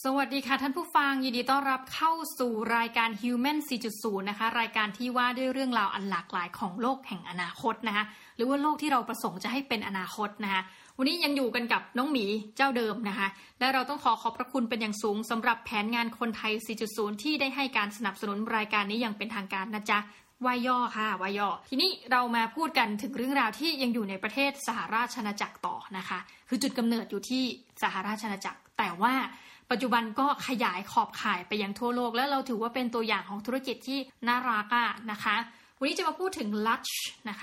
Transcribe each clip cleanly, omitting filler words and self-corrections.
สวัสดีค่ะท่านผู้ฟังยินดีต้อนรับเข้าสู่รายการ Human 4.0 นะคะรายการที่ว่าด้วยเรื่องราวอันหลากหลายของโลกแห่งอนาคตนะคะหรือว่าโลกที่เราประสงค์จะให้เป็นอนาคตนะคะวันนี้ยังอยู่กันกับน้องหมีเจ้าเดิมนะคะและเราต้องขอบพระคุณเป็นอย่างสูงสำหรับแผนงานคนไทย 4.0 ที่ได้ให้การสนับสนุนรายการนี้อย่างเป็นทางการนะจ๊ะวายย่อค่ะวายย่อทีนี้เรามาพูดกันถึงเรื่องราวที่ยังอยู่ในประเทศสหราชอาณาจักรต่อนะคะคือจุดกำเนิดอยู่ที่สหราชอาณาจักรแต่ว่าปัจจุบันก็ขยายขอบข่ายไปยังทั่วโลกและเราถือว่าเป็นตัวอย่างของธุรกิจที่น่ารักนะคะวันนี้จะมาพูดถึง Lush นะคะ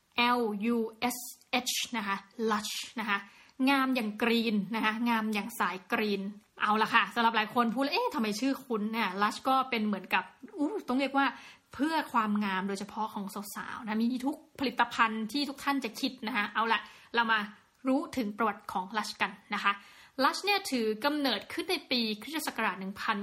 L-U-S-H นะคะ Lush นะคะงามอย่างกรีนนะคะงามอย่างสายกรีนเอาละค่ะสำหรับหลายคนพูดทำไมชื่อคุ้นเนี่ย Lush ก็เป็นเหมือนกับต้องเรียกว่าเพื่อความงามโดยเฉพาะของสาวๆนะมีทุกผลิตภัณฑ์ที่ทุกท่านจะคิดนะคะเอาละเรามารู้ถึงประวัติของ Lush กันนะคะLush เนี่ยถือกำเนิดขึ้นในปีคริสตศักราช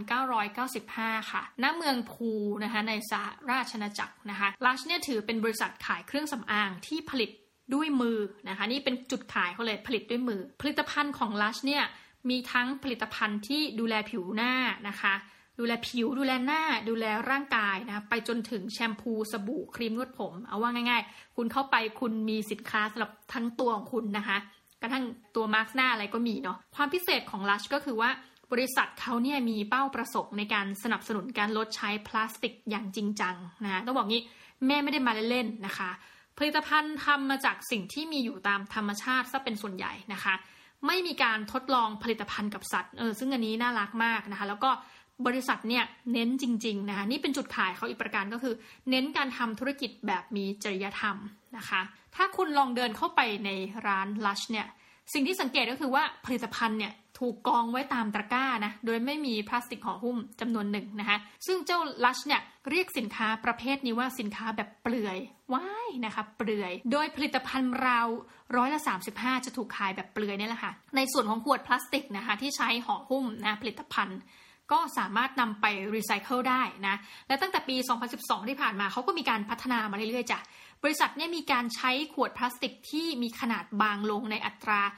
1995 ค่ะณเมืองพูนะคะในสหราชอาณาจักรนะคะ Lush เนี่ยถือเป็นบริษัทขายเครื่องสำอางที่ผลิตด้วยมือนะคะนี่เป็นจุดขายเขาเลยผลิตด้วยมือผลิตภัณฑ์ของ Lush เนี่ยมีทั้งผลิตภัณฑ์ที่ดูแลผิวหน้านะคะดูแลผิวดูแลหน้าดูแลร่างกายนะไปจนถึงแชมพูสบู่ครีมนวดผมเอาว่าง่ายๆคุณเข้าไปคุณมีสินค้าสำหรับทั้งตัวของคุณนะคะกระทั่งตัวมาร์คหน้าอะไรก็มีเนาะความพิเศษของ Lush ก็คือว่าบริษัทเขาเนี่ยมีเป้าประสงค์ในการสนับสนุนการลดใช้พลาสติกอย่างจริงจังนะต้องบอกงี้แม่ไม่ได้มาเล่นๆนะคะผลิตภัณฑ์ทำมาจากสิ่งที่มีอยู่ตามธรรมชาติซะเป็นส่วนใหญ่นะคะไม่มีการทดลองผลิตภัณฑ์กับสัตว์ซึ่งอันนี้น่ารักมากนะคะแล้วก็บริษัทเนี่ยเน้นจริงๆนะคะนี่เป็นจุดขายเขาอีกประการก็คือเน้นการทำธุรกิจแบบมีจริยธรรมนะคะถ้าคุณลองเดินเข้าไปในร้าน Lush เนี่ยสิ่งที่สังเกตก็คือว่าผลิตภัณฑ์เนี่ยถูกกองไว้ตามตะกร้านะโดยไม่มีพลาสติกห่อหุ้มจำนวนหนึ่งนะคะซึ่งเจ้า Lush เนี่ยเรียกสินค้าประเภทนี้ว่าสินค้าแบบเปลือยว้ายนะคะเปลือยโดยผลิตภัณฑ์ราว35%จะถูกขายแบบเปลือยนี่แหละค่ะในส่วนของขวดพลาสติกนะคะที่ใช้ห่อหุ้มนะผลิตภัณฑ์ก็สามารถนำไปรีไซเคิลได้นะและตั้งแต่ปี 2012 ที่ผ่านมาเขาก็มีการพัฒนามาเรื่อยๆจ้ะบริษัทเนี่ยมีการใช้ขวดพลาสติกที่มีขนาดบางลงในอัตรา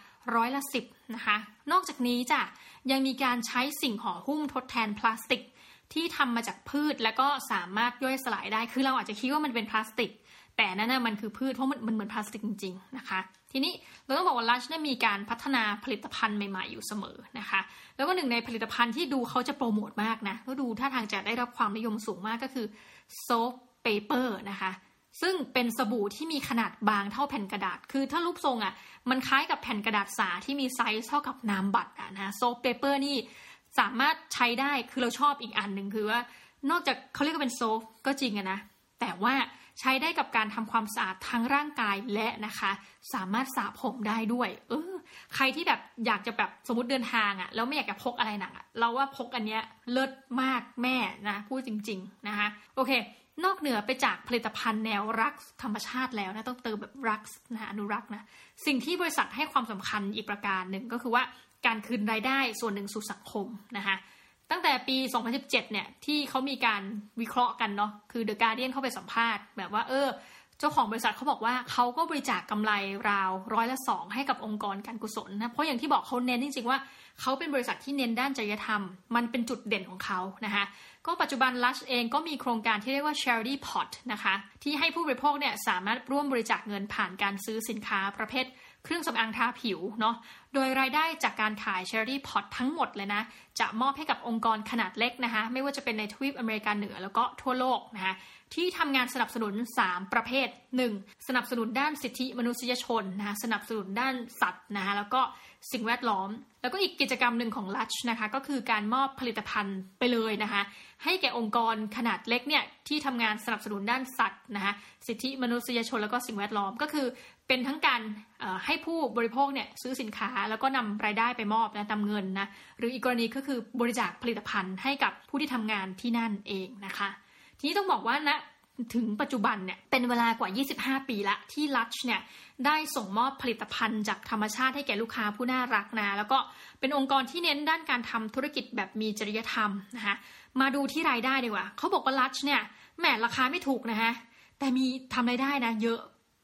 10%นะคะนอกจากนี้จ้ะยังมีการใช้สิ่งห่อหุ้มทดแทนพลาสติกที่ทำมาจากพืชและก็สามารถย่อยสลายได้คือเราอาจจะคิดว่ามันเป็นพลาสติกแต่นั่นน่ะมันคือพืชเพราะมันเหมือนพลาสติกจริงๆนะคะทีนี้เราต้องบอกว่า Lush เนี่ยมีการพัฒนาผลิตภัณฑ์ใหม่ๆอยู่เสมอนะคะแล้วก็หนึ่งในผลิตภัณฑ์ที่ดูเขาจะโปรโมทมากนะก็ดูท่าทางจะได้รับความนิยมสูงมากก็คือ Soap Paper นะคะซึ่งเป็นสบู่ที่มีขนาดบางเท่าแผ่นกระดาษคือถ้ารูปทรงมันคล้ายกับแผ่นกระดาษสาที่มีไซส์เท่ากับนามบัตรนะSoap Paper นี่สามารถใช้ได้คือเราชอบอีกอันหนึ่งคือว่านอกจากเขาเรียกว่าเป็นโซฟก็จริงนะแต่ว่าใช้ได้กับการทำความสะอาดทั้งร่างกายและนะคะสามารถสระผมได้ด้วยใครที่แบบอยากจะแบบสมมติเดินทางแล้วไม่อยากจะพกอะไรหนักเราว่าพกอันเนี้ยเลิศมากแม่นะพูดจริงๆนะคะโอเคนอกเหนือไปจากผลิตภัณฑ์แนวรักธรรมชาติแล้วนะต้องเติมแบบรักนะอนุรักษ์นะสิ่งที่บริษัทให้ความสำคัญอีกประการหนึ่งก็คือว่าการคืนรายได้ส่วนหนึ่งสู่สังคมนะคะตั้งแต่ปี 2017 เนี่ยที่เขามีการวิเคราะห์กันเนาะคือ The Guardian เข้าไปสัมภาษณ์แบบว่าเจ้าของบริษัทเขาบอกว่าเขาก็บริจาคกำไรราว2%ให้กับองค์กรการกุศลนะเพราะอย่างที่บอกเขาเน้นจริงๆว่าเขาเป็นบริษัทที่เน้นด้านจริยธรรมมันเป็นจุดเด่นของเขานะคะก็ปัจจุบัน Lush เองก็มีโครงการที่เรียกว่า Charity Pot นะคะที่ให้ผู้บริโภคเนี่ยสามารถร่วมบริจาคเงินผ่านการซื้อสินค้าประเภทเครื่องสำอางทาผิวเนาะโดยรายได้จากการขาย Charity Pot ทั้งหมดเลยนะจะมอบให้กับองค์กรขนาดเล็กนะคะไม่ว่าจะเป็นในทวีปอเมริกาเหนือแล้วก็ทั่วโลกนะคะที่ทำงานสนับสนุน3ประเภท 1. สนับสนุนด้านสิทธิมนุษยชนนะคะสนับสนุนด้านสัตว์นะคะแล้วก็สิ่งแวดล้อมแล้วก็อีกกิจกรรมหนึ่งของ Lush นะคะก็คือการมอบผลิตภัณฑ์ไปเลยนะคะให้แก่องค์กรขนาดเล็กเนี่ยที่ทำงานสนับสนุนด้านสัตว์นะคะสิทธิมนุษยชนแล้วก็สิ่งแวดล้อมก็คือเป็นทั้งการให้ผู้บริโภคเนี่ยซื้อสินค้าแล้วก็นำรายได้ไปมอบนะนำเงินนะหรืออีกกรณีก็คือบริจาคผลิตภัณฑ์ให้กับผู้ที่ทำงานที่นั่นเองนะคะทีนี้ต้องบอกว่าณถึงปัจจุบันเนี่ยเป็นเวลากว่า25 ปีละที่ Lush เนี่ยได้ส่งมอบผลิตภัณฑ์จากธรรมชาติให้แก่ลูกค้าผู้น่ารักนะแล้วก็เป็นองค์กรที่เน้นด้านการทำธุรกิจแบบมีจริยธรรมนะคะมาดูที่รายได้ดีกว่าเขาบอกว่า Lush เนี่ยแหมราคาไม่ถูกนะฮะแต่มีทำรายได้นะเยอะ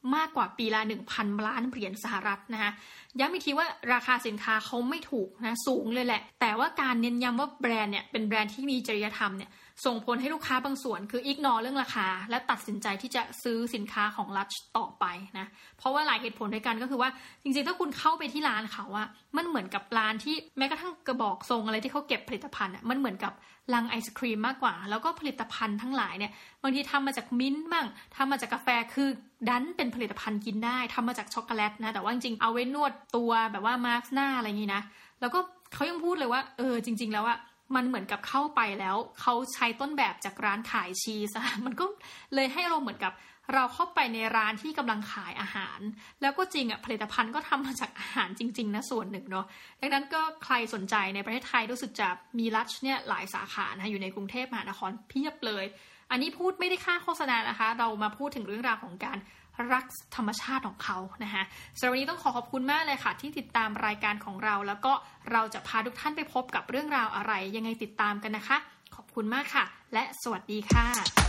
มากกว่าปีละ 1,000 ล้านเหรียญสหรัฐนะคะย้ำอีกทีว่าราคาสินค้าเขาไม่ถูกนะสูงเลยแหละแต่ว่าการเน้นย้ำว่าแบรนด์เนี่ยเป็นแบรนด์ที่มีจริยธรรมเนี่ยส่งผลให้ลูกค้าบางส่วนคืออิกนอเรื่องราคาและตัดสินใจที่จะซื้อสินค้าของลัชต่อไปนะเพราะว่าหลายเหตุผลด้วยกันก็คือว่าจริงๆถ้าคุณเข้าไปที่ร้านเขาอะมันเหมือนกับร้านที่แม้กระทั่งกระบอกทรงอะไรที่เขาเก็บผลิตภัณฑ์อะมันเหมือนกับลังไอศครีมมากกว่าแล้วก็ผลิตภัณฑ์ทั้งหลายเนี่ยบางทีทำมาจากมิ้นท์บ้างทำมาจากกาแฟคือดันเป็นผลิตภัณฑ์กินได้ทำมาจากช็อกโกแลตนะแต่ว่าจริงๆเอาไว้นวดตัวแบบว่ามาร์คหน้าอะไรอย่างนี้นะแล้วก็เขายังพูดเลยว่าจริงๆแล้วอะมันเหมือนกับเข้าไปแล้วเขาใช้ต้นแบบจากร้านขายชีสมันก็เลยให้เราเหมือนกับเราเข้าไปในร้านที่กำลังขายอาหารแล้วก็จริงผลิตภัณฑ์ก็ทำมาจากอาหารจริงๆนะส่วนหนึ่งเนาะดังนั้นก็ใครสนใจในประเทศไทยรู้สึกจะมีลัชเนี่ยหลายสาขานะอยู่ในกรุงเทพมหานครเพียบเลยอันนี้พูดไม่ได้ค่าโฆษณานะคะเรามาพูดถึงเรื่องราวของการรักธรรมชาติของเขานะคะสำหรับวันนี้ต้องขอบคุณมากเลยค่ะที่ติดตามรายการของเราแล้วก็เราจะพาทุกท่านไปพบกับเรื่องราวอะไรยังไงติดตามกันนะคะขอบคุณมากค่ะและสวัสดีค่ะ